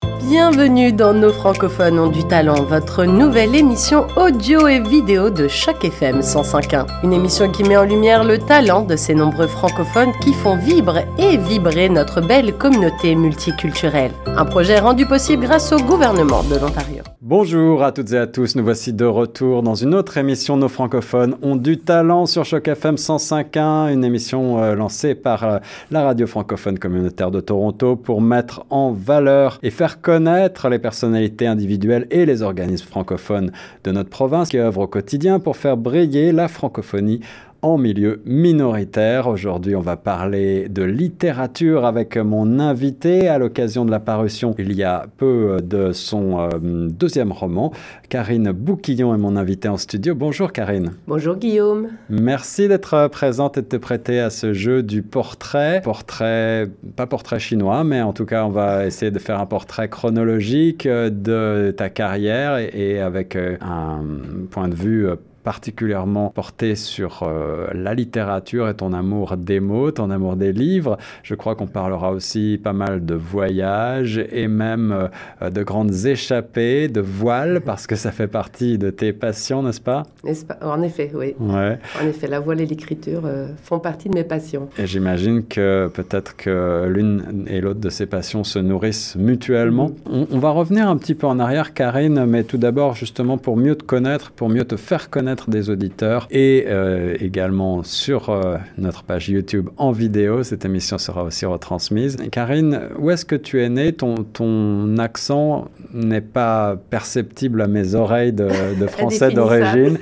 Bienvenue dans Nos francophones ont du talent, votre nouvelle émission audio et vidéo de Choc FM 105.1. Une émission qui met en lumière le talent de ces nombreux francophones qui font vibrer notre belle communauté multiculturelle. Un projet rendu possible grâce au gouvernement de l'Ontario. Bonjour à toutes et à tous, nous voici de retour dans une autre émission Nos francophones ont du talent sur Choc FM 105.1, une émission lancée par la radio francophone communautaire de Toronto pour mettre en valeur et faire connaître les personnalités individuelles et les organismes francophones de notre province qui œuvrent au quotidien pour faire briller la francophonie en milieu minoritaire. Aujourd'hui, on va parler de littérature avec mon invité à l'occasion de la parution il y a peu de son deuxième roman. Karine Bouquillon est mon invitée en studio. Bonjour Karine. Bonjour Guillaume. Merci d'être présente et de te prêter à ce jeu du portrait. Pas portrait chinois, mais en tout cas, on va essayer de faire un portrait chronologique de ta carrière et avec un point de vue particulièrement porté sur la littérature et ton amour des mots, ton amour des livres. Je crois qu'on parlera aussi pas mal de voyages et même de grandes échappées, de voile, parce que ça fait partie de tes passions, n'est-ce pas? En effet, oui. Ouais. En effet, la voile et l'écriture font partie de mes passions. Et j'imagine que peut-être que l'une et l'autre de ces passions se nourrissent mutuellement. On va revenir un petit peu en arrière, Karine, mais tout d'abord, justement, pour mieux te connaître, pour mieux te faire connaître des auditeurs et également sur notre page YouTube en vidéo. Cette émission sera aussi retransmise. Karine, où est-ce que tu es née? Ton accent n'est pas perceptible à mes oreilles de français d'origine.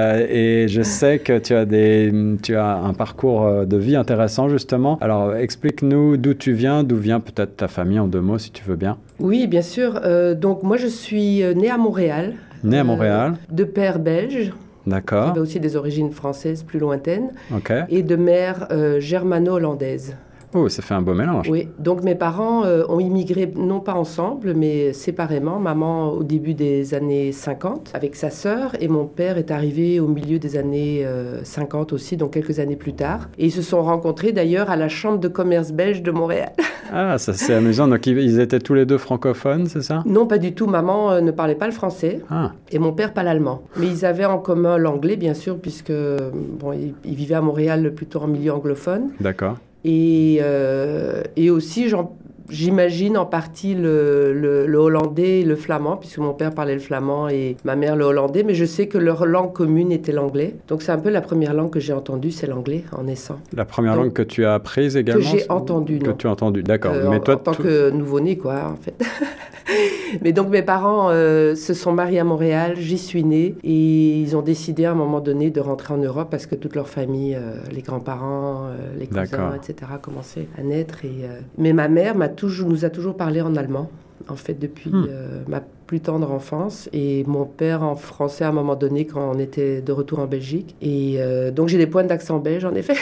Et je sais que tu as un parcours de vie intéressant, justement. Alors, explique-nous d'où tu viens, d'où vient peut-être ta famille en deux mots, si tu veux bien. Oui, bien sûr. Donc, moi, je suis née à Montréal. Née à Montréal. De père belge. D'accord. Qui avait aussi des origines françaises plus lointaines. OK. Et de mère germano-hollandaise. Oh, ça fait un beau mélange. Oui, donc mes parents ont immigré, non pas ensemble, mais séparément. Maman au début des années 50 avec sa sœur et mon père est arrivé au milieu des années 50 aussi, donc quelques années plus tard. Et ils se sont rencontrés d'ailleurs à la Chambre de commerce belge de Montréal. Ah, ça c'est amusant. Donc ils étaient tous les deux francophones, c'est ça? Non, pas du tout. Maman ne parlait pas le français et mon père pas l'allemand. Mais ils avaient en commun l'anglais, bien sûr, puisque ils vivaient à Montréal plutôt en milieu anglophone. D'accord. Et aussi, j'imagine en partie le hollandais et le flamand, puisque mon père parlait le flamand et ma mère le hollandais, mais je sais que leur langue commune était l'anglais. Donc c'est un peu la première langue que j'ai entendue, c'est l'anglais en naissant. La première langue que tu as apprise également? Que j'ai entendue, non. Que tu as entendue, d'accord. Mais toi, en tant que nouveau-né, quoi, en fait. Mais donc mes parents se sont mariés à Montréal, j'y suis née, et ils ont décidé à un moment donné de rentrer en Europe parce que toute leur famille, les grands-parents, les cousins, etc., commençaient à naître. Mais ma mère nous a toujours parlé en allemand, en fait, depuis ma plus tendre enfance, et mon père en français à un moment donné quand on était de retour en Belgique. Et donc j'ai des pointes d'accent belge, en effet.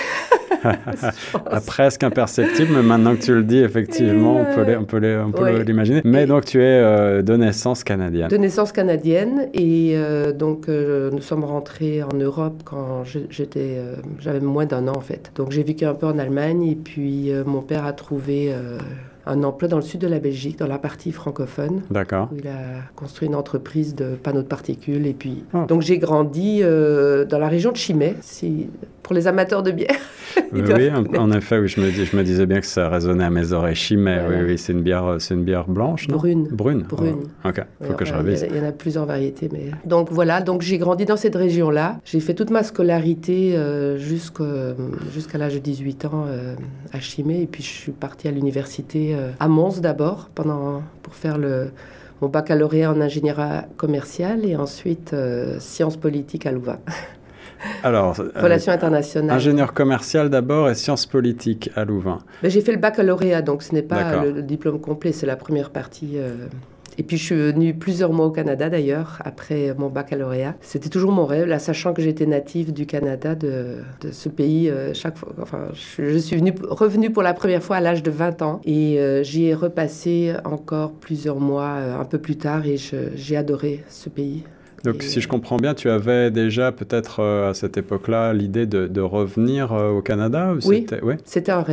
Presque imperceptible, mais maintenant que tu le dis, effectivement, on peut l'imaginer. Mais donc, tu es de naissance canadienne. De naissance canadienne, et donc nous sommes rentrés en Europe quand j'avais moins d'un an, en fait. Donc, j'ai vécu un peu en Allemagne, et puis mon père a trouvé un emploi dans le sud de la Belgique, dans la partie francophone. D'accord. Où il a construit une entreprise de panneaux de particules, et puis... Donc, j'ai grandi dans la région de Chimay, pour les amateurs de bière. Oui, en effet, oui, je me disais bien que ça résonnait à mes oreilles. Chimay, voilà. Oui, c'est une bière blanche, non? Brune. Oh, ok, faut que je révise. Il y en a plusieurs variétés, mais... Donc voilà, j'ai grandi dans cette région-là. J'ai fait toute ma scolarité jusqu'à l'âge de 18 ans à Chimay, et puis je suis partie à l'université à Mons d'abord, pour faire mon baccalauréat en ingénierie commerciale, et ensuite sciences politiques à Louvain. Alors, Relations internationales. Ingénieur commercial d'abord et sciences politiques à Louvain. Mais j'ai fait le baccalauréat, donc ce n'est pas le diplôme complet, c'est la première partie. Et puis je suis venue plusieurs mois au Canada d'ailleurs, après mon baccalauréat. C'était toujours mon rêve, là, sachant que j'étais native du Canada, de ce pays. Chaque fois, je suis revenue pour la première fois à l'âge de 20 ans, et j'y ai repassé encore plusieurs mois un peu plus tard, et j'ai adoré ce pays. Donc, si je comprends bien, tu avais déjà peut-être à cette époque-là l'idée de revenir au Canada ou Oui, c'était un rêve.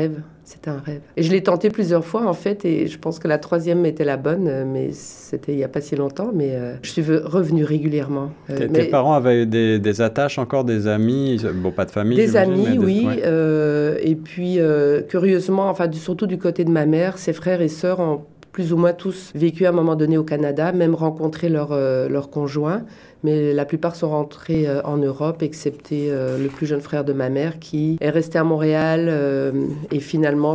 C'était un rêve. Et je l'ai tenté plusieurs fois, en fait, et je pense que la 3e était la bonne, mais c'était il n'y a pas si longtemps, mais je suis revenue régulièrement. Tes parents avaient eu des attaches encore, des amis, bon, pas de famille, des amis, oui, ouais. Et puis, curieusement, enfin, surtout du côté de ma mère, ses frères et sœurs ont plus ou moins tous vécu à un moment donné au Canada, même rencontré leur conjoint. Mais la plupart sont rentrés en Europe, excepté le plus jeune frère de ma mère qui est resté à Montréal et finalement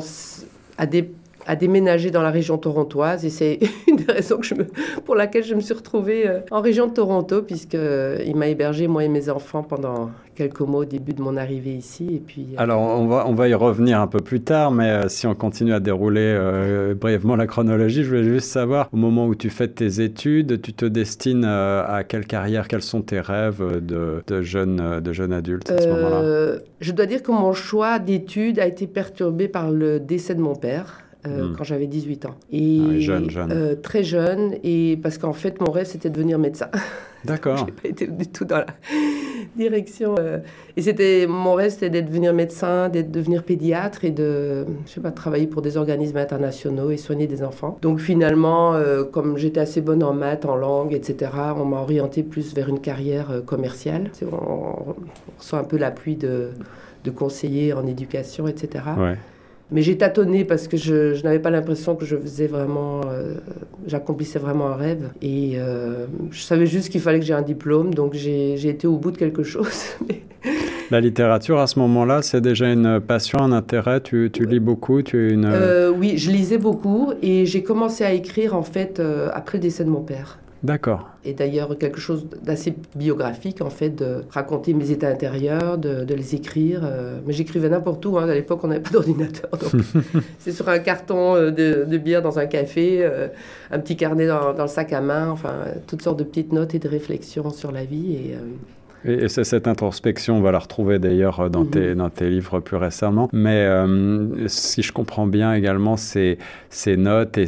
a déménagé dans la région torontoise. Et c'est une des raisons pour laquelle je me suis retrouvée en région de Toronto, puisqu'il m'a hébergé, moi et mes enfants, pendant quelques mois au début de mon arrivée ici. Et puis, Alors, on va y revenir un peu plus tard, mais si on continue à dérouler brièvement la chronologie, je voulais juste savoir, au moment où tu fais tes études, tu te destines à quelle carrière, quels sont tes rêves de jeune adulte à ce moment-là? Je dois dire que mon choix d'études a été perturbé par le décès de mon père. Quand j'avais 18 ans. Et, jeune. Très jeune, et parce qu'en fait, mon rêve, c'était de devenir médecin. D'accord. Je n'ai pas été du tout dans la direction. Et mon rêve, c'était d'être devenir médecin, de devenir pédiatre et de travailler pour des organismes internationaux et soigner des enfants. Donc finalement, comme j'étais assez bonne en maths, en langue, etc., on m'a orientée plus vers une carrière commerciale. On reçoit un peu l'appui de conseillers en éducation, etc. Ouais. Mais j'ai tâtonné parce que je n'avais pas l'impression que j'accomplissais vraiment un rêve. Et je savais juste qu'il fallait que j'ai un diplôme, donc j'ai été au bout de quelque chose. La littérature, à ce moment-là, c'est déjà une passion, un intérêt? Tu lis beaucoup? Oui, je lisais beaucoup et j'ai commencé à écrire, en fait, après le décès de mon père. D'accord. Et d'ailleurs, quelque chose d'assez biographique, en fait, de raconter mes états intérieurs, de les écrire. Mais j'écrivais n'importe où. À l'époque, on n'avait pas d'ordinateur. Donc, c'est sur un carton de bière dans un café, un petit carnet dans le sac à main, enfin, toutes sortes de petites notes et de réflexions sur la vie. Et c'est cette introspection, on va la retrouver d'ailleurs dans tes livres plus récemment. Mais si je comprends bien également, ces notes et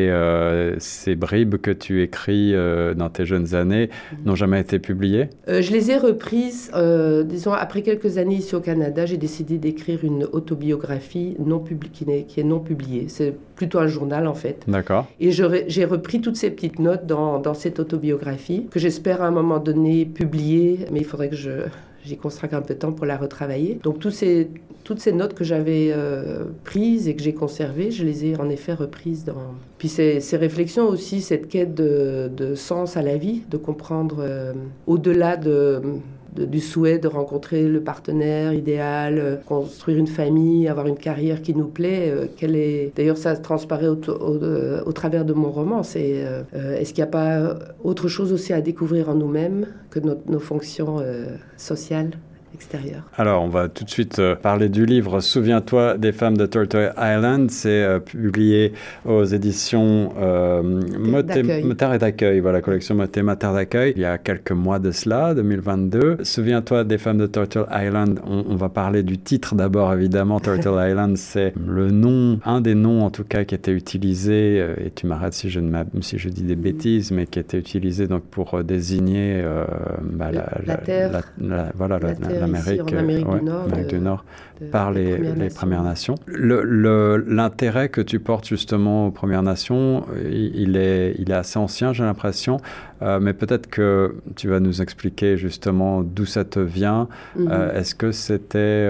ces bribes que tu écris dans tes jeunes années n'ont jamais été publiées? Je les ai reprises, disons, après quelques années ici au Canada, j'ai décidé d'écrire une autobiographie qui est non publiée. C'est plutôt un journal, en fait. D'accord. Et j'ai repris toutes ces petites notes dans cette autobiographie, que j'espère à un moment donné publier, mais il faudrait que j'y consacre un peu de temps pour la retravailler. Donc toutes ces notes que j'avais prises et que j'ai conservées, je les ai en effet reprises dans... Puis ces réflexions aussi, cette quête de sens à la vie, de comprendre au-delà du souhait de rencontrer le partenaire idéal, construire une famille, avoir une carrière qui nous plaît. D'ailleurs, ça transparaît au travers de mon roman. Est-ce qu'il n'y a pas autre chose aussi à découvrir en nous-mêmes que nos fonctions sociales extérieures? Alors, on va tout de suite parler du livre « Souviens-toi des femmes de Turtle Island ». C'est publié aux éditions Terre et d'Accueil, voilà, collection Terre d'Accueil, il y a quelques mois de cela, 2022. « Souviens-toi des femmes de Turtle Island ». On va parler du titre d'abord, évidemment. Turtle Island, c'est le nom, un des noms en tout cas qui était utilisé, et tu m'arrêtes si je dis des bêtises, mais qui était utilisé donc, pour désigner la Terre. L'Amérique, en Amérique du Nord, par les Premières Nations. L'intérêt que tu portes justement aux Premières Nations, il est assez ancien, j'ai l'impression, mais peut-être que tu vas nous expliquer justement d'où ça te vient. Est-ce que c'était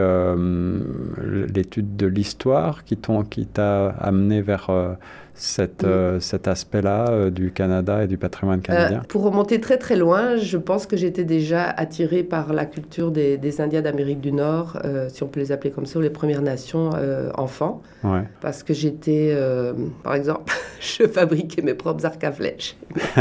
l'étude de l'histoire qui t'a amené vers cet aspect-là du Canada et du patrimoine canadien? Pour remonter très très loin, je pense que j'étais déjà attirée par la culture des Indiens d'Amérique du Nord, si on peut les appeler comme ça, ou les Premières Nations enfants. Ouais. Parce que j'étais, par exemple, je fabriquais mes propres arcs à flèches.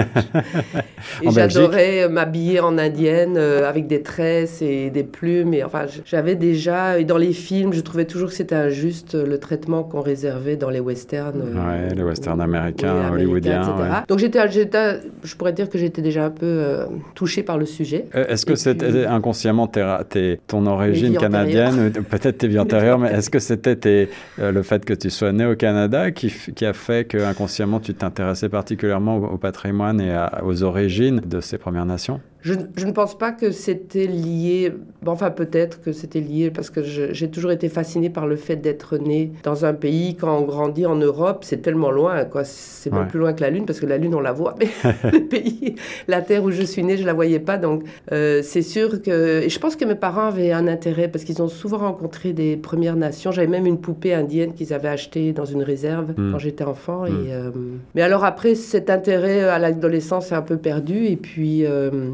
Et j'adorais m'habiller en indienne avec des tresses et des plumes. Et, enfin, j'avais déjà, et dans les films, je trouvais toujours que c'était injuste le traitement qu'on réservait dans les westerns. Les westerns américains, hollywoodiens. Etc. Ouais. Donc je pourrais dire que j'étais déjà un peu touchée par le sujet. Est-ce que c'était inconsciemment ton origine canadienne, peut-être tes vies antérieures, mais est-ce que c'était le fait que tu sois né au Canada qui a fait qu'inconsciemment tu t'intéressais particulièrement au patrimoine et aux origines de ces Premières Nations? Je ne pense pas que c'était lié, enfin peut-être que c'était lié parce que j'ai toujours été fascinée par le fait d'être née dans un pays. Quand on grandit en Europe, c'est tellement loin, quoi. C'est même plus loin que la Lune, parce que la Lune on la voit, mais le pays, la terre où je suis née, je la voyais pas. Donc c'est sûr que, et je pense que mes parents avaient un intérêt parce qu'ils ont souvent rencontré des Premières Nations. J'avais même une poupée indienne qu'ils avaient achetée dans une réserve quand j'étais enfant. Mais alors après, cet intérêt à l'adolescence est un peu perdu, et puis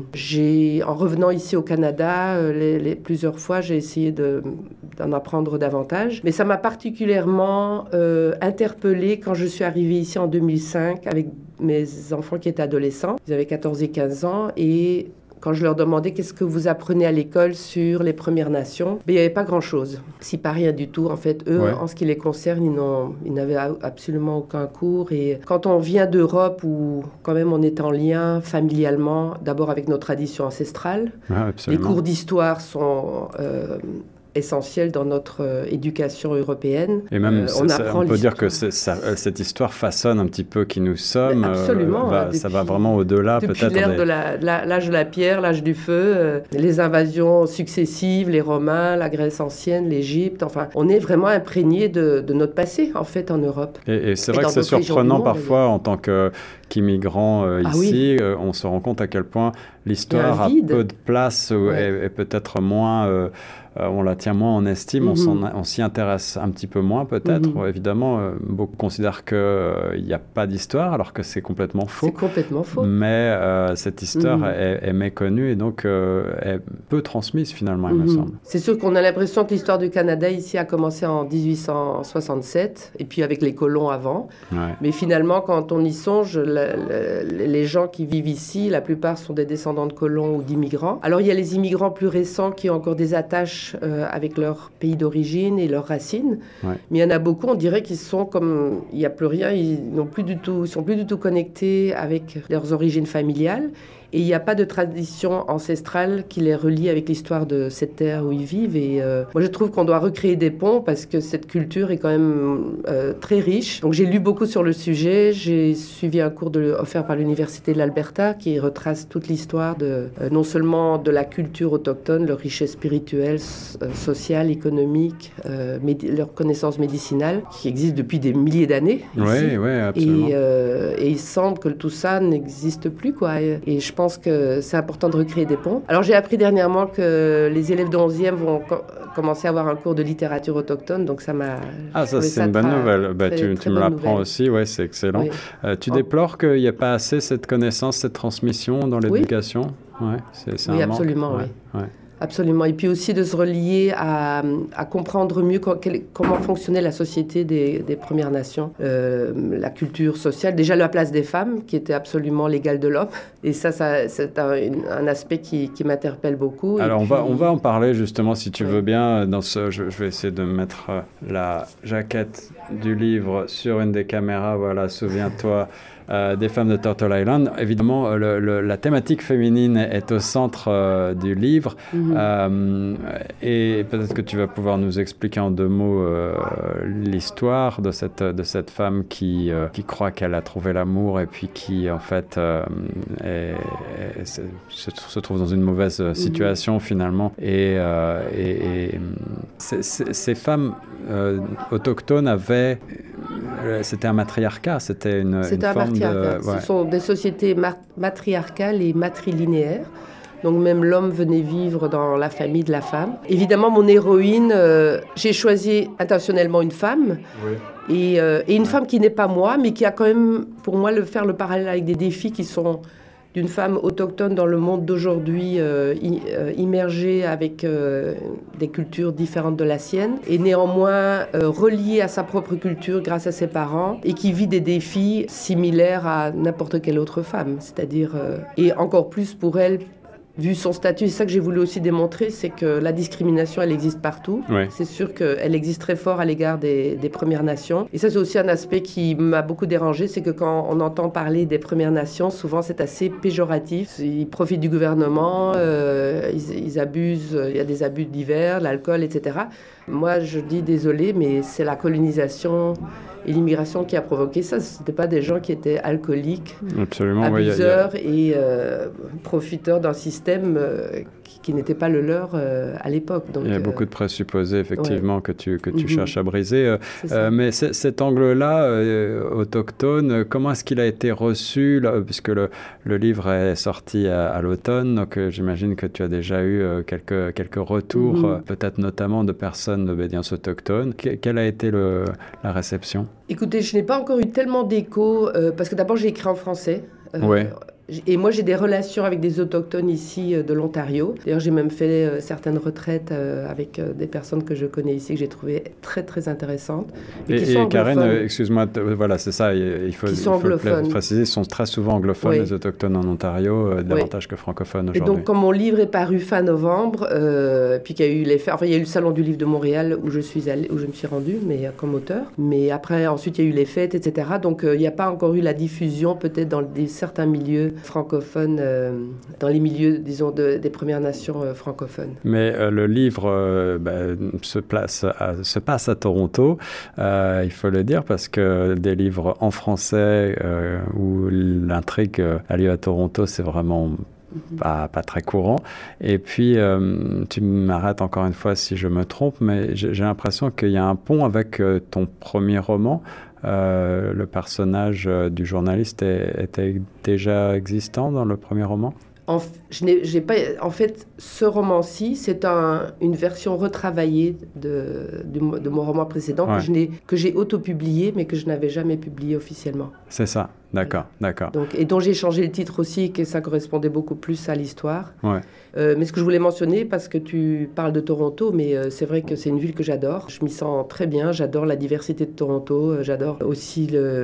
en revenant ici au Canada, plusieurs fois, j'ai essayé d'en apprendre davantage. Mais ça m'a particulièrement interpellée quand je suis arrivée ici en 2005 avec mes enfants qui étaient adolescents. Ils avaient 14 et 15 ans, et quand je leur demandais qu'est-ce que vous apprenez à l'école sur les Premières Nations, il n'y avait pas grand-chose. Si pas rien du tout. En fait, eux, en ce qui les concerne, ils n'avaient absolument aucun cours. Et quand on vient d'Europe, où quand même on est en lien familialement, d'abord avec nos traditions ancestrales, les cours d'histoire sont essentiel dans notre éducation européenne. Et même, on peut dire que cette histoire façonne un petit peu qui nous sommes. Absolument. Ça va vraiment au-delà, depuis peut-être. Depuis l'ère de l'âge de la pierre, l'âge du feu, les invasions successives, les Romains, la Grèce ancienne, l'Égypte. Enfin, on est vraiment imprégné de notre passé, en fait, en Europe. Et c'est vrai que c'est surprenant parfois, en tant qu'immigrants ici, on se rend compte à quel point l'histoire a peu de place et peut-être moins... on la tient moins en estime, on s'y intéresse un petit peu moins peut-être. Évidemment, beaucoup considèrent qu'il n'y a pas d'histoire, alors que c'est complètement faux. C'est complètement faux. Mais cette histoire est méconnue et donc est peu transmise finalement, il me semble. C'est sûr qu'on a l'impression que l'histoire du Canada ici a commencé en 1867, et puis avec les colons avant. Mais finalement, quand on y songe, les gens qui vivent ici, la plupart sont des descendants de colons ou d'immigrants. Alors il y a les immigrants plus récents qui ont encore des attaches avec leur pays d'origine et leurs racines. Mais il y en a beaucoup, on dirait qu'ils sont comme... Il n'y a plus rien, ils sont plus du tout connectés avec leurs origines familiales. Et il n'y a pas de tradition ancestrale qui les relie avec l'histoire de cette terre où ils vivent. Et moi, je trouve qu'on doit recréer des ponts parce que cette culture est quand même très riche. Donc, j'ai lu beaucoup sur le sujet. J'ai suivi un cours offert par l'Université de l'Alberta qui retrace toute l'histoire non seulement de la culture autochtone, leur richesse spirituelle, sociale, économique, leur connaissance médicinale, qui existe depuis des milliers d'années ici. Oui, absolument. Et il semble que tout ça n'existe plus, quoi. Et je pense que c'est important de recréer des ponts. Alors, j'ai appris dernièrement que les élèves de 11e vont commencer à avoir un cours de littérature autochtone, donc ça m'a... Ah, ça, c'est une bonne nouvelle. Tu me l'apprends aussi, c'est excellent. Oui. Tu déplores qu'il n'y ait pas assez cette connaissance, cette transmission dans l'éducation? Oui, absolument, oui. Absolument. Et puis aussi de se relier à comprendre mieux comment fonctionnait la société des Premières Nations, la culture sociale, déjà la place des femmes qui était absolument l'égale de l'homme. Et ça c'est un aspect qui m'interpelle beaucoup. Alors on va en parler justement si tu veux bien. Je vais essayer de mettre la jaquette du livre sur une des caméras. Voilà, souviens-toi. Des femmes de Turtle Island. Évidemment, la thématique féminine est au centre du livre. Et peut-être que tu vas pouvoir nous expliquer en 2 mots l'histoire de cette femme qui croit qu'elle a trouvé l'amour et puis qui, en fait, se trouve dans une mauvaise situation finalement. Et ces femmes autochtones avaient... C'était un matriarcat, c'était une forme de... Ce sont des sociétés matriarcales et matrilinéaires. Donc même l'homme venait vivre dans la famille de la femme. Évidemment, mon héroïne, j'ai choisi intentionnellement une femme. Et une femme qui n'est pas moi, mais qui a quand même, pour moi, faire le parallèle avec des défis qui sont... d'une femme autochtone dans le monde d'aujourd'hui, immergée avec des cultures différentes de la sienne, et néanmoins reliée à sa propre culture grâce à ses parents, et qui vit des défis similaires à n'importe quelle autre femme. C'est-à-dire, et encore plus pour elle, vu son statut, c'est ça que j'ai voulu aussi démontrer, c'est que la discrimination, elle existe partout. C'est sûr qu'elle existe très fort à l'égard des Premières Nations. Et ça, c'est aussi un aspect qui m'a beaucoup dérangé, c'est que quand on entend parler des Premières Nations, souvent c'est assez péjoratif. Ils profitent du gouvernement, ils abusent, il y a des abus divers, l'alcool, etc. Moi, je dis désolé, mais c'est la colonisation Et l'immigration qui a provoqué ça, ce n'étaient pas des gens qui étaient alcooliques, absolument, abuseurs et profiteurs d'un système qui n'était pas le leur à l'époque. Donc, il y a beaucoup de présupposés, effectivement, que tu cherches à briser. Mais cet angle-là, autochtone, comment est-ce qu'il a été reçu là, puisque le livre est sorti à l'automne, donc j'imagine que tu as déjà eu quelques retours, peut-être notamment de personnes d'obédience autochtone. Quelle a été la réception? Écoutez, je n'ai pas encore eu tellement d'écho, parce que d'abord j'ai écrit en français. Oui. Et moi, j'ai des relations avec des autochtones ici de l'Ontario. D'ailleurs, j'ai même fait certaines retraites avec des personnes que je connais ici, que j'ai trouvées très, très intéressantes. Et Karen, excuse-moi, voilà, c'est ça, il faut préciser, ils sont très souvent anglophones, les autochtones en Ontario, davantage que francophones aujourd'hui. Et donc, quand mon livre est paru fin novembre, puis qu'il y a eu il y a eu le Salon du livre de Montréal où je me suis rendue, mais comme auteur. Mais après, ensuite, il y a eu les fêtes, etc. Donc, il n'y a pas encore eu la diffusion, peut-être dans certains milieux francophones, dans les milieux, disons, des Premières Nations francophones. Mais le livre se passe à Toronto, il faut le dire, parce que des livres en français où l'intrigue a lieu à Toronto, c'est vraiment pas très courant. Et puis, tu m'arrêtes encore une fois si je me trompe, mais j'ai l'impression qu'il y a un pont avec ton premier roman. Le personnage du journaliste était déjà existant dans le premier roman? En fait, ce roman-ci, c'est une version retravaillée de mon roman précédent que j'ai auto-publié, mais que je n'avais jamais publié officiellement. C'est ça, d'accord. Donc, et dont j'ai changé le titre aussi, que ça correspondait beaucoup plus à l'histoire. Ouais. Mais ce que je voulais mentionner, parce que tu parles de Toronto, mais c'est vrai que c'est une ville que j'adore. Je m'y sens très bien, j'adore la diversité de Toronto, j'adore aussi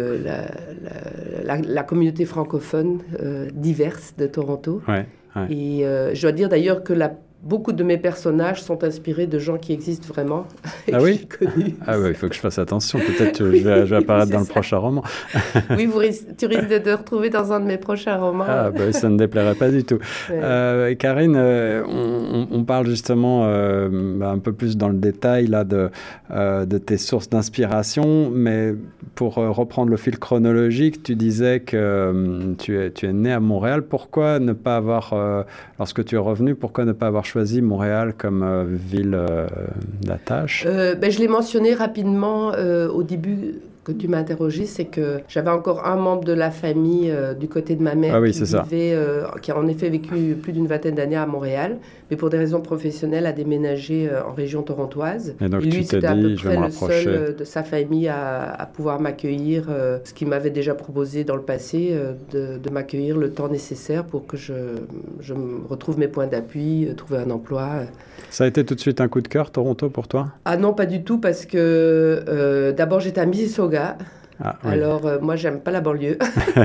la communauté francophone diverse de Toronto. Ouais. Et je dois dire d'ailleurs que beaucoup de mes personnages sont inspirés de gens qui existent vraiment. Ah oui? Ah oui, il faut que je fasse attention. Peut-être que je vais apparaître dans le prochain roman. Oui, tu risques de te retrouver dans un de mes prochains romans. Ah, ça ne déplairait pas du tout. Ouais. Karine, on parle justement un peu plus dans le détail là, de tes sources d'inspiration, mais pour reprendre le fil chronologique, tu disais que tu es né à Montréal. Pourquoi ne pas avoir, lorsque tu es revenu, pourquoi ne pas avoir choisi Montréal comme ville d'attache? Je l'ai mentionné rapidement au début que tu m'as interrogé, c'est que j'avais encore un membre de la famille du côté de ma mère qui a en effet vécu plus d'une vingtaine d'années à Montréal, mais pour des raisons professionnelles a déménagé en région torontoise. Et donc lui, c'était à peu près le rapprocher. seul de sa famille à pouvoir m'accueillir, ce qu'il m'avait déjà proposé dans le passé, de m'accueillir le temps nécessaire pour que je retrouve mes points d'appui, trouver un emploi. Ça a été tout de suite un coup de cœur, Toronto, pour toi? Ah non, pas du tout, parce que d'abord j'étais à Mississauga. Ah, oui. Alors, moi, j'aime pas la banlieue.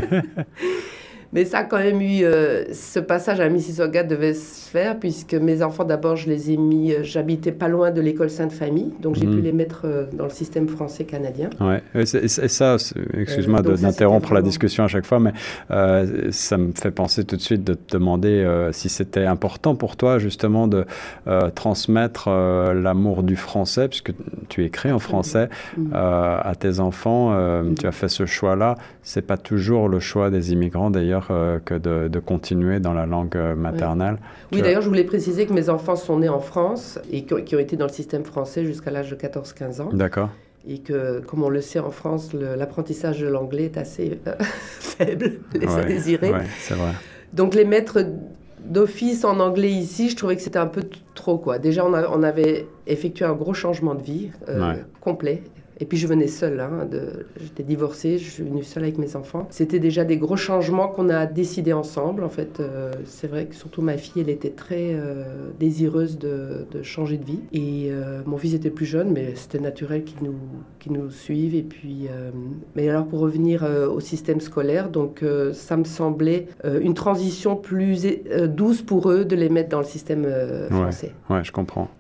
Mais ça a quand même eu... ce passage à Mississauga devait se faire, puisque mes enfants, d'abord, je les ai mis... j'habitais pas loin de l'école Sainte-Famille, donc j'ai pu les mettre dans le système français-canadien. Ouais. Et ça, excuse-moi d'interrompre la discussion à chaque fois, mais ça me fait penser tout de suite de te demander si c'était important pour toi, justement, de transmettre l'amour du français, puisque tu écris en français, à tes enfants. Tu as fait ce choix-là. C'est pas toujours le choix des immigrants, d'ailleurs, que de continuer dans la langue maternelle. Oui, d'ailleurs, je voulais préciser que mes enfants sont nés en France et qui ont été dans le système français jusqu'à l'âge de 14-15 ans. D'accord. Et que, comme on le sait en France, l'apprentissage de l'anglais est assez faible, laisse à désirer. Oui, c'est vrai. Donc, les mettre d'office en anglais ici, je trouvais que c'était un peu trop, quoi. Déjà, on avait effectué un gros changement de vie complet. Et puis je venais seule, j'étais divorcée, je suis venue seule avec mes enfants. C'était déjà des gros changements qu'on a décidés ensemble. En fait, c'est vrai que surtout ma fille, elle était très désireuse de changer de vie. Et mon fils était plus jeune, mais c'était naturel qu'il nous suive. Et puis, mais alors pour revenir au système scolaire, donc ça me semblait une transition plus douce pour eux de les mettre dans le système français. Ouais, je comprends.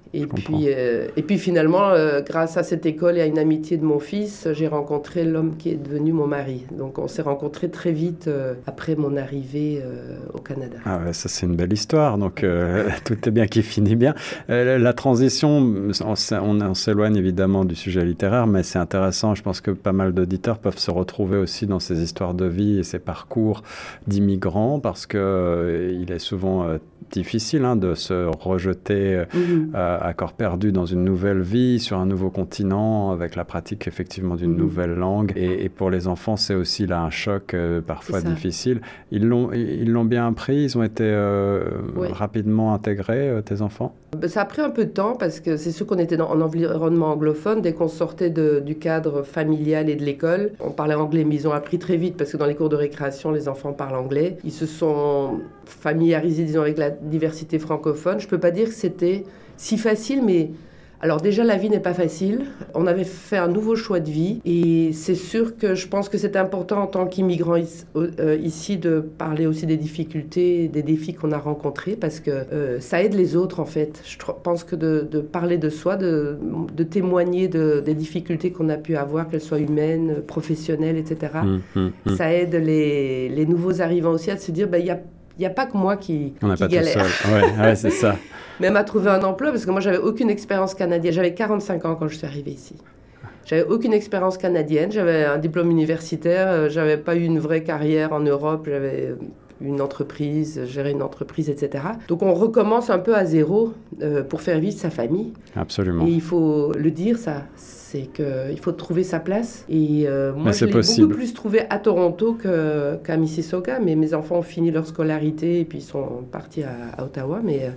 Et puis finalement, grâce à cette école et à une amitié de mon fils, j'ai rencontré l'homme qui est devenu mon mari. Donc on s'est rencontrés très vite après mon arrivée au Canada. Ah ouais, ça c'est une belle histoire, donc tout est bien qui finit bien. La transition, on s'éloigne évidemment du sujet littéraire, mais c'est intéressant. Je pense que pas mal d'auditeurs peuvent se retrouver aussi dans ces histoires de vie et ces parcours d'immigrants, parce qu'il est souvent difficile de se rejeter à corps perdu dans une nouvelle vie, sur un nouveau continent, avec la pratique effectivement d'une nouvelle langue. Et pour les enfants, c'est aussi là un choc parfois difficile. Ils l'ont bien pris, ils ont été rapidement intégrés, tes enfants? Ça a pris un peu de temps parce que c'est sûr qu'on était en environnement anglophone. Dès qu'on sortait du cadre familial et de l'école, on parlait anglais, mais ils ont appris très vite parce que dans les cours de récréation, les enfants parlent anglais. Ils se sont familiarisés, disons, avec la diversité francophone. Je ne peux pas dire que c'était si facile, mais... Alors déjà, la vie n'est pas facile. On avait fait un nouveau choix de vie et c'est sûr que je pense que c'est important en tant qu'immigrant ici de parler aussi des difficultés, des défis qu'on a rencontrés parce que ça aide les autres en fait. Je pense que de parler de soi, de témoigner des difficultés qu'on a pu avoir, qu'elles soient humaines, professionnelles, etc. Ça aide les nouveaux arrivants aussi à se dire, il n'y a pas que moi qui galère. Ouais, c'est ça. Même à trouver un emploi, parce que moi, j'avais aucune expérience canadienne. J'avais 45 ans quand je suis arrivée ici. J'avais aucune expérience canadienne. J'avais un diplôme universitaire. J'avais pas eu une vraie carrière en Europe. J'avais une entreprise, gérer une entreprise, etc. Donc, on recommence un peu à zéro pour faire vivre sa famille. Absolument. Et il faut le dire, ça. C'est qu'il faut trouver sa place. Et moi, je l'ai beaucoup plus trouvé à Toronto qu'à Mississauga. Mais mes enfants ont fini leur scolarité et puis ils sont partis à Ottawa. Mais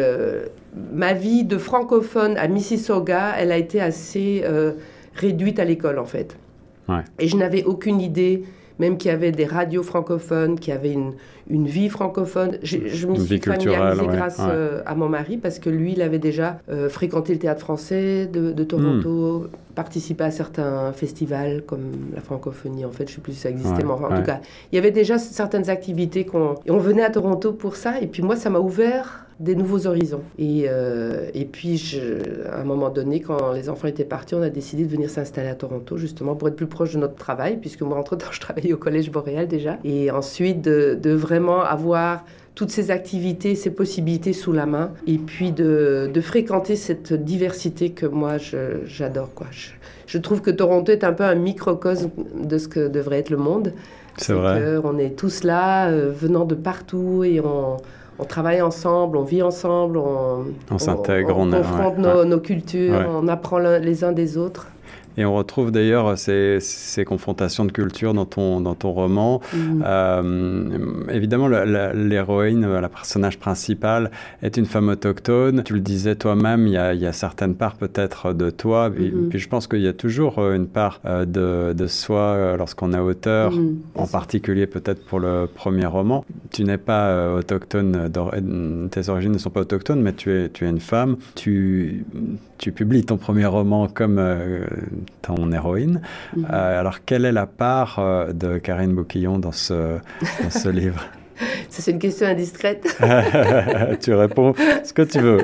ma vie de francophone à Mississauga, elle a été assez réduite à l'école, en fait. Ouais. Et je n'avais aucune idée, même qu'il y avait des radios francophones, qu'il y avait une vie francophone. Je m'y suis familiarisée grâce à mon mari, parce que lui, il avait déjà fréquenté le théâtre français de Toronto, participé à certains festivals comme la francophonie, en fait, je ne sais plus si ça existait, mais en tout cas, il y avait déjà certaines activités et on venait à Toronto pour ça, et puis moi, ça m'a ouvert des nouveaux horizons. Et puis, à un moment donné, quand les enfants étaient partis, on a décidé de venir s'installer à Toronto, justement, pour être plus proche de notre travail, puisque moi, entre-temps, je travaillais au Collège Boréal déjà. Et ensuite, de vraiment avoir toutes ces activités, ces possibilités sous la main, et puis de fréquenter cette diversité que moi, j'adore, quoi. Je trouve que Toronto est un peu un microcosme de ce que devrait être le monde. C'est vrai. On est tous là, venant de partout, et on travaille ensemble, on vit ensemble, on s'intègre, on confronte nos cultures, on apprend les uns des autres. Et on retrouve d'ailleurs ces confrontations de culture dans ton roman. Évidemment, l'héroïne, la personnage principal, est une femme autochtone. Tu le disais toi-même, il y a certaines parts peut-être de toi. Puis je pense qu'il y a toujours une part de soi lorsqu'on est auteur, en particulier peut-être pour le premier roman. Tu n'es pas autochtone, tes origines ne sont pas autochtones, mais tu es une femme. Tu publies ton premier roman comme ton héroïne. Alors, quelle est la part de Karine Bouquillon dans ce livre? Ça, c'est une question indiscrète. Tu réponds ce que tu veux.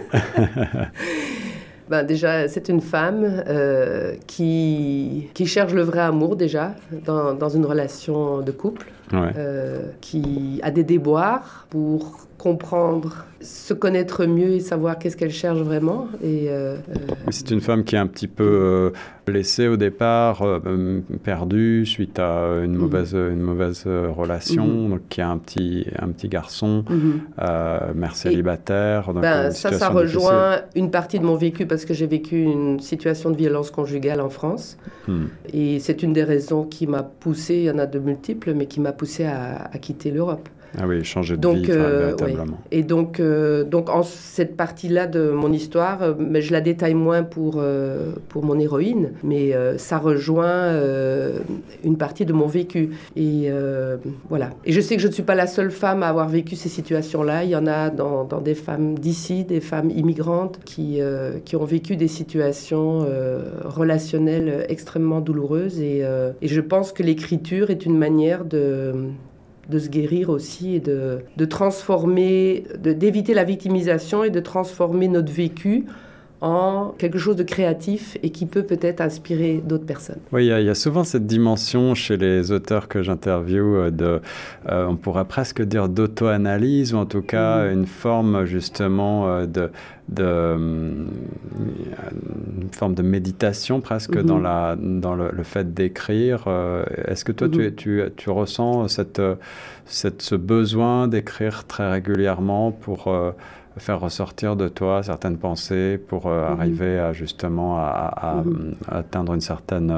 Déjà, c'est une femme qui cherche le vrai amour déjà dans une relation de couple, qui a des déboires pour comprendre, se connaître mieux et savoir qu'est-ce qu'elle cherche vraiment. C'est une femme qui est un petit peu blessée au départ, perdue suite à une mauvaise relation, donc qui a un petit garçon, mère célibataire. Donc ça rejoint une partie de mon vécu parce que j'ai vécu une situation de violence conjugale en France. Et c'est une des raisons qui m'a poussée, il y en a de multiples, mais qui m'a poussée à quitter l'Europe. Ah oui, changer de vie, véritablement. Et donc en cette partie-là de mon histoire, mais je la détaille moins pour mon héroïne, mais ça rejoint une partie de mon vécu. Et voilà. Et je sais que je ne suis pas la seule femme à avoir vécu ces situations-là. Il y en a dans des femmes d'ici, des femmes immigrantes qui ont vécu des situations relationnelles extrêmement douloureuses. Et je pense que l'écriture est une manière de se guérir aussi et de transformer, d'éviter la victimisation et de transformer notre vécu en quelque chose de créatif et qui peut peut-être inspirer d'autres personnes. Oui, il y a souvent cette dimension chez les auteurs que j'interviewe on pourrait presque dire d'auto-analyse, ou en tout cas une forme justement une forme de méditation presque dans le fait d'écrire. Est-ce que toi, tu ressens ce besoin d'écrire très régulièrement pour faire ressortir de toi certaines pensées, pour arriver à justement à atteindre un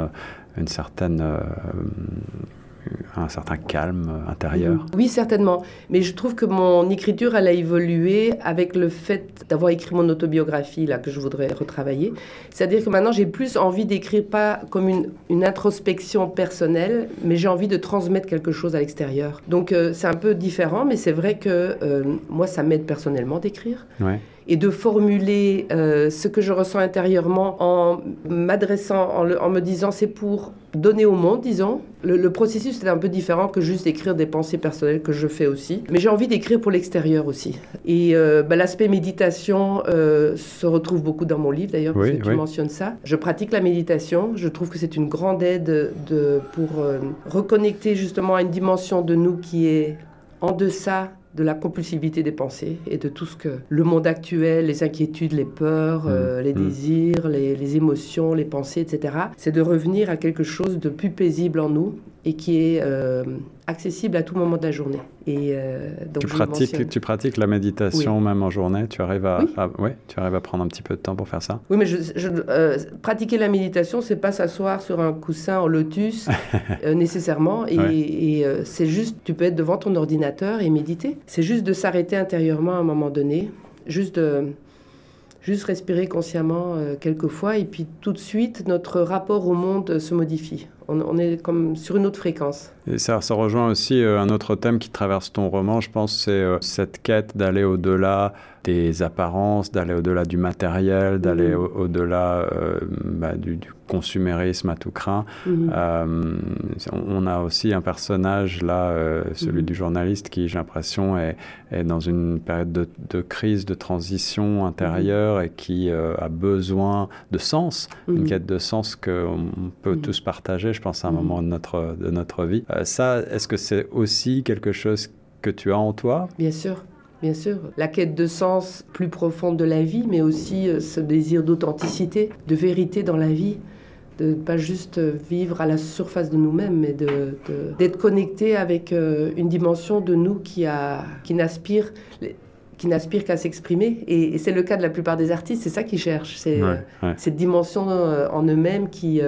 certain calme intérieur? Oui, certainement. Mais je trouve que mon écriture, elle a évolué avec le fait d'avoir écrit mon autobiographie, là, que je voudrais retravailler. C'est-à-dire que maintenant, j'ai plus envie d'écrire pas comme une introspection personnelle, mais j'ai envie de transmettre quelque chose à l'extérieur. Donc, c'est un peu différent, mais c'est vrai que moi, ça m'aide personnellement d'écrire. Ouais. Et de formuler ce que je ressens intérieurement en m'adressant, en me disant c'est pour donner au monde, disons. Le processus est un peu différent que juste écrire des pensées personnelles que je fais aussi. Mais j'ai envie d'écrire pour l'extérieur aussi. Et l'aspect méditation se retrouve beaucoup dans mon livre d'ailleurs, parce que tu mentionnes ça. Je pratique la méditation. Je trouve que c'est une grande aide pour reconnecter justement à une dimension de nous qui est en deçà de la compulsivité des pensées et de tout ce que le monde actuel, les inquiétudes, les peurs, les désirs, les émotions, les pensées, etc. C'est de revenir à quelque chose de plus paisible en nous et qui est accessible à tout moment de la journée. Et donc tu pratiques la méditation même en journée? Tu arrives tu arrives à prendre un petit peu de temps pour faire ça? Oui, mais pratiquer la méditation, c'est pas s'asseoir sur un coussin en lotus nécessairement. Et c'est juste, tu peux être devant ton ordinateur et méditer. C'est juste de s'arrêter intérieurement à un moment donné, juste respirer consciemment quelques fois, et puis tout de suite, notre rapport au monde se modifie. On est comme sur une autre fréquence. Et ça rejoint aussi un autre thème qui traverse ton roman, je pense, c'est cette quête d'aller au-delà des apparences, d'aller au-delà du matériel, d'aller au-delà du consumérisme à tout crin. On a aussi un personnage là, celui du journaliste, qui, j'ai l'impression, est dans une période de crise, de transition intérieure, et qui a besoin de sens, une quête de sens qu'on peut tous partager, je pense, à un moment de notre vie. Ça, est-ce que c'est aussi quelque chose que tu as en toi? Bien sûr. Bien sûr, la quête de sens plus profonde de la vie, mais aussi ce désir d'authenticité, de vérité dans la vie, de ne pas juste vivre à la surface de nous-mêmes, mais d'être connecté avec une dimension de nous qui n'aspire qu'à s'exprimer. Et c'est le cas de la plupart des artistes, c'est ça qu'ils cherchent. C'est cette dimension en eux-mêmes qui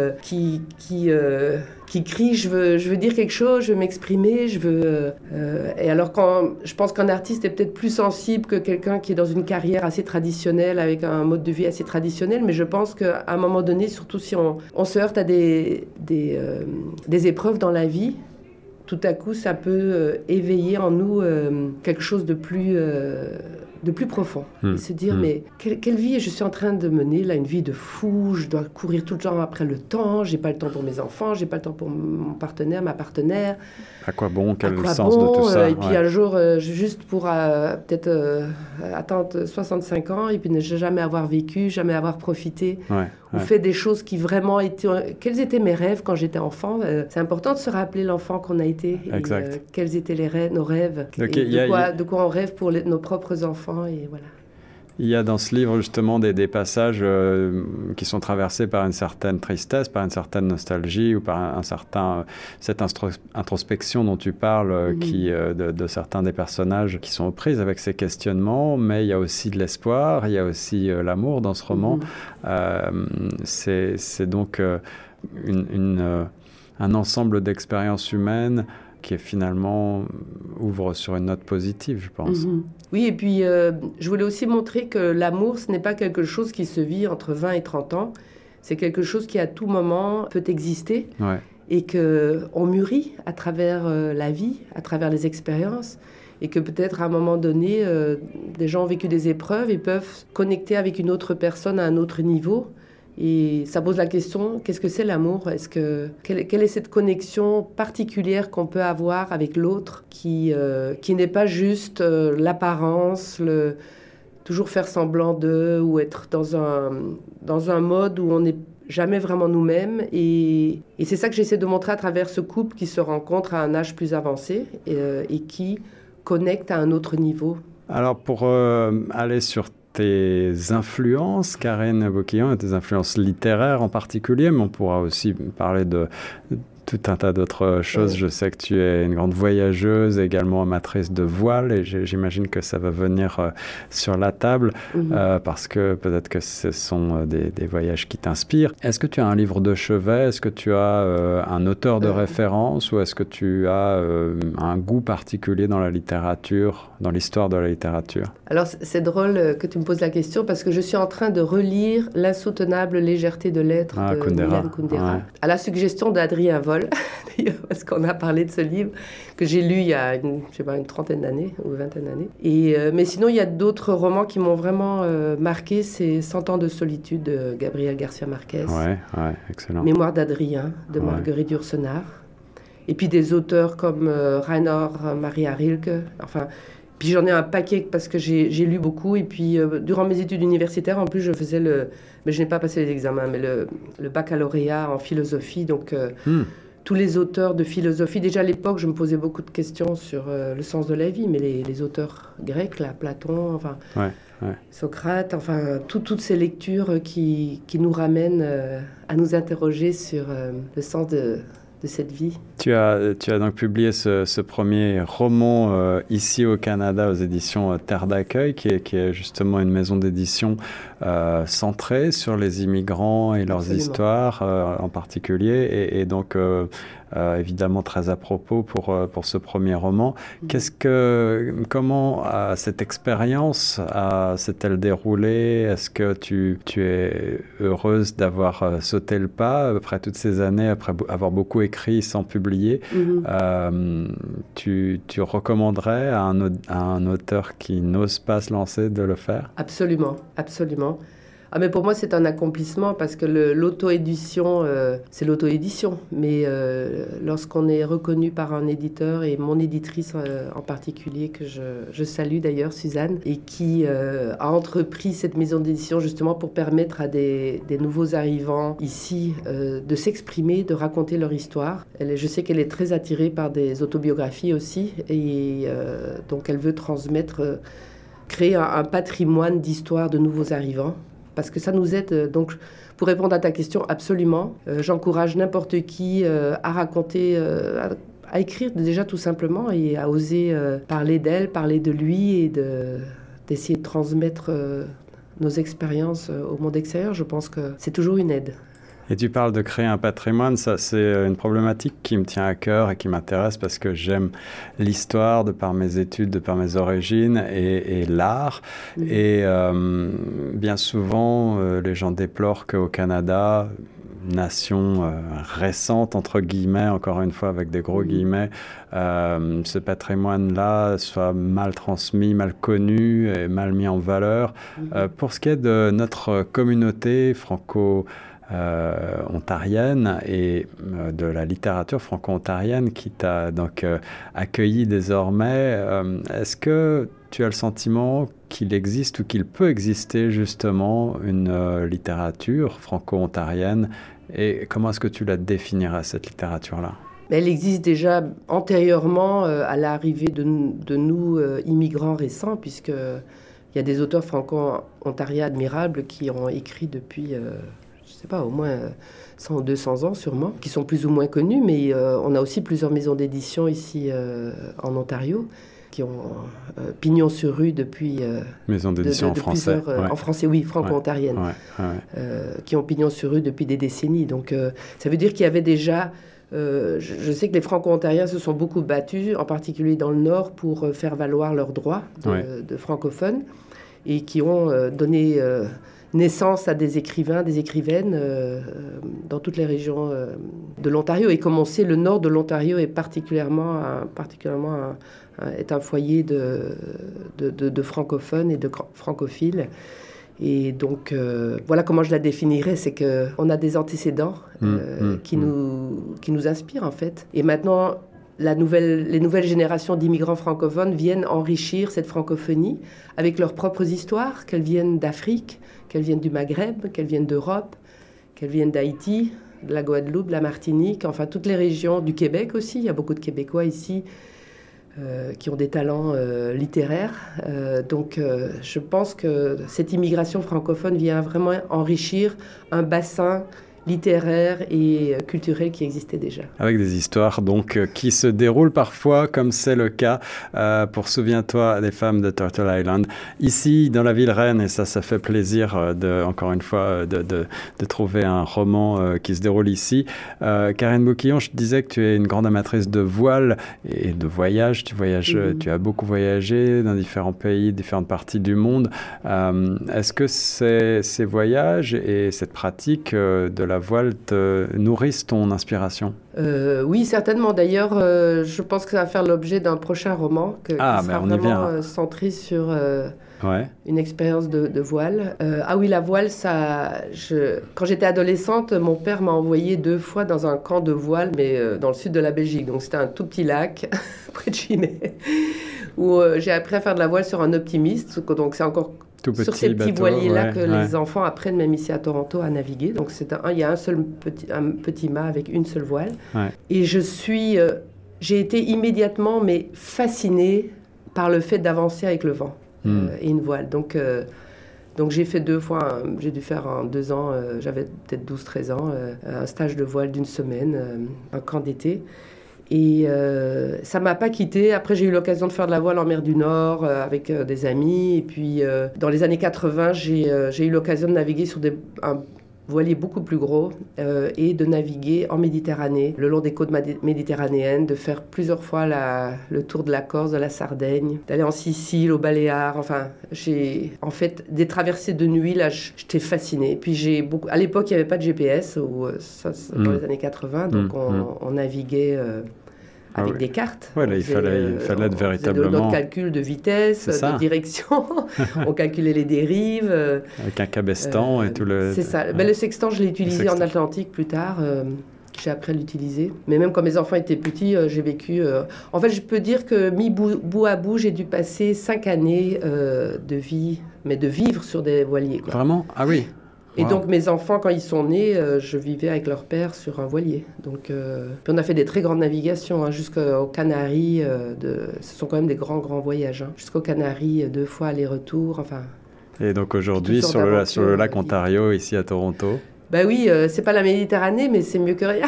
crie, je veux dire quelque chose, je veux m'exprimer, et alors je pense qu'un artiste est peut-être plus sensible que quelqu'un qui est dans une carrière assez traditionnelle, avec un mode de vie assez traditionnel, mais je pense qu'à un moment donné, surtout si on se heurte à des épreuves dans la vie, tout à coup, ça peut éveiller en nous quelque chose de plus profond. Et se dire, mais quelle vie je suis en train de mener là, une vie de fou, je dois courir tout le temps après le temps, j'ai pas le temps pour mes enfants, j'ai pas le temps pour mon partenaire, ma partenaire. À quoi bon? Quel est le sens de tout ça? Et puis un jour, juste pour peut-être attendre 65 ans, et puis ne jamais avoir vécu, jamais avoir profité, ou fait des choses qui vraiment étaient... Quels étaient mes rêves quand j'étais enfant? C'est important de se rappeler l'enfant qu'on a été. Exact. Et, quels étaient nos rêves, de quoi on rêve pour nos propres enfants, et voilà. Il y a dans ce livre justement des passages qui sont traversés par une certaine tristesse, par une certaine nostalgie, ou par cette introspection dont tu parles, de certains des personnages qui sont aux prises avec ces questionnements, mais il y a aussi de l'espoir, il y a aussi l'amour dans ce roman. C'est donc un ensemble d'expériences humaines qui finalement ouvre sur une note positive, je pense. Oui, et puis je voulais aussi montrer que l'amour, ce n'est pas quelque chose qui se vit entre 20 et 30 ans. C'est quelque chose qui, à tout moment, peut exister. Et qu'on mûrit à travers la vie, à travers les expériences. Et que peut-être, à un moment donné, des gens ont vécu des épreuves et peuvent connecter avec une autre personne à un autre niveau. Et ça pose la question, qu'est-ce que c'est l'amour? Quelle est cette connexion particulière qu'on peut avoir avec l'autre qui n'est pas juste l'apparence, toujours faire semblant ou être dans un mode où on n'est jamais vraiment nous-mêmes. Et c'est ça que j'essaie de montrer à travers ce couple qui se rencontre à un âge plus avancé et qui connecte à un autre niveau. Alors, pour aller sur tes influences, Karine Boquillon, et tes influences littéraires en particulier, mais on pourra aussi parler de tout un tas d'autres choses. Je sais que tu es une grande voyageuse, également amatrice de voile, et j'imagine que ça va venir sur la table, parce que peut-être que ce sont des voyages qui t'inspirent. Est-ce que tu as un livre de chevet? Est-ce que tu as un auteur de référence, ou est-ce que tu as un goût particulier dans la littérature, dans l'histoire de la littérature? Alors, c'est drôle que tu me poses la question, parce que je suis en train de relire L'insoutenable légèreté de l'être de Milan Kundera, à la suggestion d'Adrien Vol, d'ailleurs, parce qu'on a parlé de ce livre que j'ai lu il y a une trentaine d'années ou une vingtaine d'années. Mais sinon, il y a d'autres romans qui m'ont vraiment marqué. C'est 100 ans de solitude de Gabriel Garcia Marquez. Ouais, excellent. Mémoire d'Adrien de Marguerite Yourcenar. Et puis des auteurs comme Rainer Maria Rilke. Enfin, puis j'en ai un paquet parce que j'ai lu beaucoup. Et puis, durant mes études universitaires, en plus, je faisais mais je n'ai pas passé les examens, mais le baccalauréat en philosophie. Donc, tous les auteurs de philosophie, déjà à l'époque, je me posais beaucoup de questions sur le sens de la vie, mais les auteurs grecs, là, Platon, enfin, Socrate, enfin, toutes ces lectures qui nous ramènent à nous interroger sur le sens de cette vie. Tu as donc publié ce premier roman ici au Canada aux éditions Terre d'accueil, qui est justement une maison d'édition centrée sur les immigrants et leurs histoires en particulier, et donc évidemment très à propos pour ce premier roman. Comment cette expérience s'est-elle déroulée? Est-ce que tu es heureuse d'avoir sauté le pas après toutes ces années, après avoir beaucoup écrit sans publier? Tu recommanderais à un auteur qui n'ose pas se lancer de le faire? Absolument, absolument. Ah, mais pour moi, c'est un accomplissement parce que l'auto-édition, c'est l'auto-édition. Mais lorsqu'on est reconnu par un éditeur, et mon éditrice en particulier, que je salue d'ailleurs, Suzanne, et qui a entrepris cette maison d'édition justement pour permettre à des nouveaux arrivants ici de s'exprimer, de raconter leur histoire. Je sais qu'elle est très attirée par des autobiographies aussi, et donc elle veut créer un patrimoine d'histoires de nouveaux arrivants. Parce que ça nous aide. Donc, pour répondre à ta question, absolument. J'encourage n'importe qui à raconter, à écrire déjà tout simplement, et à oser parler d'elle, parler de lui, et d'essayer de transmettre nos expériences au monde extérieur. Je pense que c'est toujours une aide. Et tu parles de créer un patrimoine, ça c'est une problématique qui me tient à cœur et qui m'intéresse parce que j'aime l'histoire de par mes études, de par mes origines et l'art. Et bien souvent, les gens déplorent qu'au Canada, nation récente, entre guillemets, encore une fois avec des gros guillemets, ce patrimoine-là soit mal transmis, mal connu et mal mis en valeur. Pour ce qui est de notre communauté franco-ontarienne et de la littérature franco-ontarienne qui t'a donc accueilli désormais, est-ce que tu as le sentiment qu'il existe ou qu'il peut exister justement une littérature franco-ontarienne, et comment est-ce que tu la définirais, cette littérature-là? Elle existe déjà antérieurement à l'arrivée de nous immigrants récents, puisqu'il y a des auteurs franco-ontariens admirables qui ont écrit depuis, je ne sais pas, au moins 100 ou 200 ans sûrement, qui sont plus ou moins connus, mais on a aussi plusieurs maisons d'édition ici en Ontario, qui ont pignon sur rue depuis... Maison d'édition en français. En français, oui, franco-ontarienne. Qui ont pignon sur rue depuis des décennies. Donc, ça veut dire qu'il y avait déjà... je sais que les franco-ontariens se sont beaucoup battus, en particulier dans le Nord, pour faire valoir leurs droits de francophones, et qui ont donné naissance à des écrivains, des écrivaines dans toutes les régions de l'Ontario. Et comme on sait, le Nord de l'Ontario est particulièrement est un foyer de francophones et de francophiles. Et donc, voilà comment je la définirais, c'est qu'on a des antécédents qui nous inspirent, en fait. Et maintenant, les nouvelles générations d'immigrants francophones viennent enrichir cette francophonie avec leurs propres histoires, qu'elles viennent d'Afrique, qu'elles viennent du Maghreb, qu'elles viennent d'Europe, qu'elles viennent d'Haïti, de la Guadeloupe, de la Martinique, enfin toutes les régions du Québec aussi. Il y a beaucoup de Québécois ici qui ont des talents littéraires. Donc je pense que cette immigration francophone vient vraiment enrichir un bassin littéraire et culturel qui existait déjà. Avec des histoires donc qui se déroulent parfois, comme c'est le cas pour Souviens-toi des femmes de Turtle Island, ici dans la ville reine, et ça fait plaisir encore une fois de trouver un roman qui se déroule ici. Karine Bouquillon, je te disais que tu es une grande amatrice de voile et de voyage. Tu as beaucoup voyagé dans différents pays, différentes parties du monde. Est-ce que ces voyages et cette pratique de la voile te nourrissent ton inspiration? Oui, certainement. D'ailleurs, je pense que ça va faire l'objet d'un prochain roman qui sera vraiment centré sur une expérience de voile. Oui, la voile, quand j'étais adolescente, mon père m'a envoyé 2 fois dans un camp de voile, mais dans le sud de la Belgique. Donc c'était un tout petit lac près de Chimay, où j'ai appris à faire de la voile sur un optimiste. Donc c'est encore sur ces petits voiliers-là que les enfants apprennent, même ici à Toronto, à naviguer. Donc il y a un petit mât avec une seule voile. Ouais. Et j'ai été immédiatement fascinée par le fait d'avancer avec le vent et une voile. Donc j'ai fait 2 fois, j'ai dû faire en 2 ans, j'avais peut-être 12-13 ans, un stage de voile d'1 semaine, un camp d'été. Et ça ne m'a pas quittée. Après, j'ai eu l'occasion de faire de la voile en mer du Nord avec des amis. Et puis, dans les années 80, j'ai eu l'occasion de naviguer sur un voilier beaucoup plus gros et de naviguer en Méditerranée, le long des côtes méditerranéennes, de faire plusieurs fois le tour de la Corse, de la Sardaigne, d'aller en Sicile, aux Baléares. Enfin, en fait, des traversées de nuit, là, j'étais fascinée. Puis à l'époque, il n'y avait pas de GPS, dans les années 80, donc on naviguait avec des cartes. Ouais, il fallait être véritablement... notre calcul de vitesse, de direction. On calculait les dérives. Avec un cabestan et tout le... C'est ça. Le sextant, je l'ai utilisé en Atlantique plus tard. J'ai appris à l'utiliser. Mais même quand mes enfants étaient petits, j'ai vécu... En fait, je peux dire que mis bout à bout, j'ai dû passer 5 années de vie, mais de vivre sur des voiliers. Quoi. Vraiment? Ah oui. Et donc, mes enfants, quand ils sont nés, je vivais avec leur père sur un voilier. Donc, puis on a fait des très grandes navigations, jusqu'aux Canaries. Ce sont quand même des grands voyages. Jusqu'aux Canaries, 2 fois aller-retour. Enfin. Et donc, aujourd'hui, sur le lac Ontario, ici à Toronto? Ben oui, c'est pas la Méditerranée, mais c'est mieux que rien.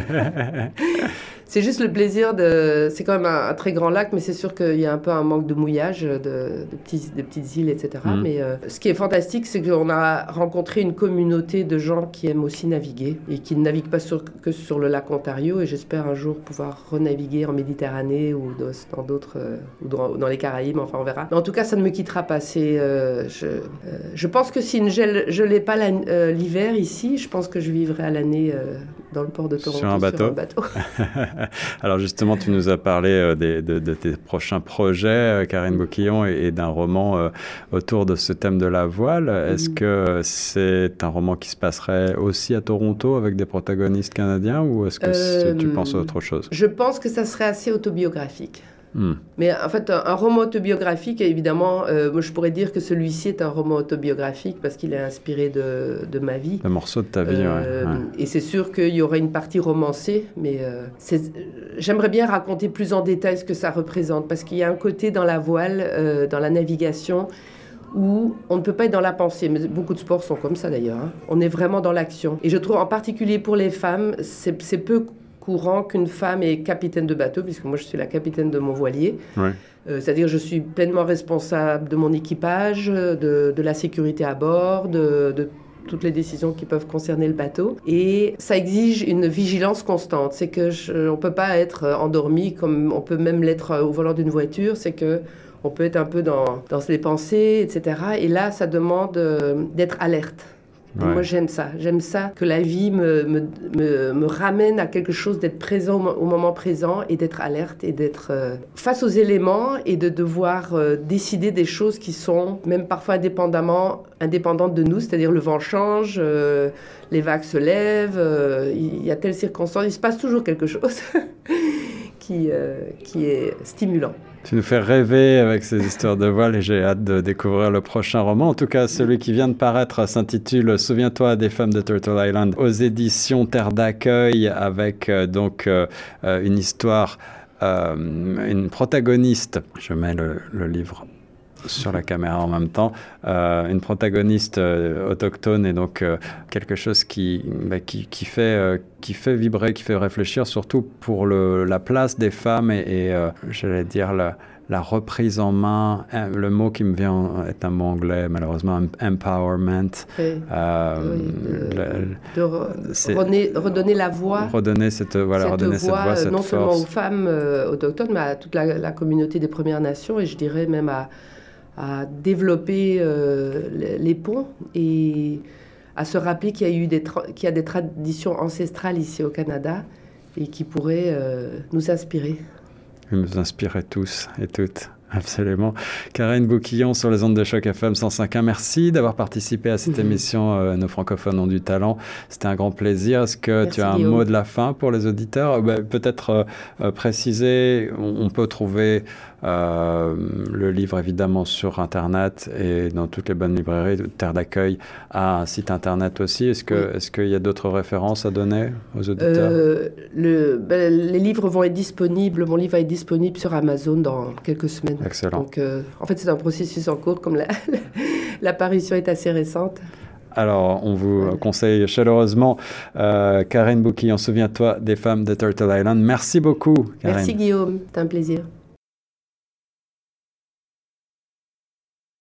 C'est juste le plaisir c'est quand même un très grand lac, mais c'est sûr qu'il y a un peu un manque de mouillage, de petites îles, etc. Mais ce qui est fantastique, c'est qu'on a rencontré une communauté de gens qui aiment aussi naviguer et qui ne naviguent pas que sur le lac Ontario. Et j'espère un jour pouvoir renaviguer en Méditerranée ou dans d'autres, ou dans les Caraïbes. Enfin, on verra. Mais en tout cas, ça ne me quittera pas. Je pense que si je gelait pas l'hiver ici, je pense que je vivrais à l'année dans le port de Toronto sur un bateau. Alors justement, tu nous as parlé de tes prochains projets, Karine Bouquillon, et d'un roman autour de ce thème de la voile. Est-ce que c'est un roman qui se passerait aussi à Toronto avec des protagonistes canadiens, ou est-ce que tu penses à autre chose? Je pense que ça serait assez autobiographique. Mais en fait, un roman autobiographique, évidemment, moi je pourrais dire que celui-ci est un roman autobiographique parce qu'il est inspiré de ma vie. Un morceau de ta vie, Et c'est sûr qu'il y aurait une partie romancée, mais j'aimerais bien raconter plus en détail ce que ça représente, parce qu'il y a un côté dans la voile, dans la navigation, où on ne peut pas être dans la pensée. Mais beaucoup de sports sont comme ça d'ailleurs. On est vraiment dans l'action. Et je trouve en particulier pour les femmes, c'est peu courant qu'une femme est capitaine de bateau, puisque moi je suis la capitaine de mon voilier. Ouais. C'est-à-dire je suis pleinement responsable de mon équipage, de la sécurité à bord, de toutes les décisions qui peuvent concerner le bateau. Et ça exige une vigilance constante. C'est qu'on ne peut pas être endormi comme on peut même l'être au volant d'une voiture. C'est qu'on peut être un peu dans les pensées, etc. Et là, ça demande d'être alerte. Ouais. Moi, j'aime ça, que la vie me ramène à quelque chose, d'être présent au moment présent et d'être alerte et d'être face aux éléments et de devoir décider des choses qui sont même parfois indépendantes de nous, c'est-à-dire le vent change, les vagues se lèvent, il y a telle circonstance, il se passe toujours quelque chose qui est stimulant. Tu nous fais rêver avec ces histoires de voile et j'ai hâte de découvrir le prochain roman. En tout cas, celui qui vient de paraître s'intitule « Souviens-toi des femmes de Turtle Island » aux éditions Terre d'Accueil avec une histoire, une protagoniste. Je mets le livre sur la caméra en même temps, une protagoniste autochtone et donc quelque chose qui fait vibrer, qui fait réfléchir surtout pour la place des femmes et j'allais dire la reprise en main. Le mot qui me vient est un mot anglais, malheureusement, empowerment. Oui. Redonner la voix. Redonner cette voix, cette non force. Seulement aux femmes autochtones, mais à toute la communauté des Premières Nations et je dirais même à développer les ponts et à se rappeler qu'il y a des traditions ancestrales ici au Canada et qui pourraient nous inspirer. Nous inspirer tous et toutes. Absolument. Karine Bouquillon sur les ondes de Choc FM 105.1. Merci d'avoir participé à cette émission Nos francophones ont du talent. C'était un grand plaisir. Est-ce que Merci, tu as un Guillaume. mot de la fin pour les auditeurs? Peut-être préciser, on peut trouver le livre évidemment sur Internet et dans toutes les bonnes librairies. Terre d'Accueil a un site Internet aussi. Est-ce qu'il y a d'autres références à donner aux auditeurs? Les livres vont être disponibles. Mon livre va être disponible sur Amazon dans quelques semaines. Excellent. Donc, en fait, c'est un processus en cours, comme l'apparition est assez récente. Alors, on vous conseille chaleureusement Karine Bouquillon, souviens-toi des femmes de Turtle Island. Merci beaucoup, Karine. Merci Guillaume, c'est un plaisir.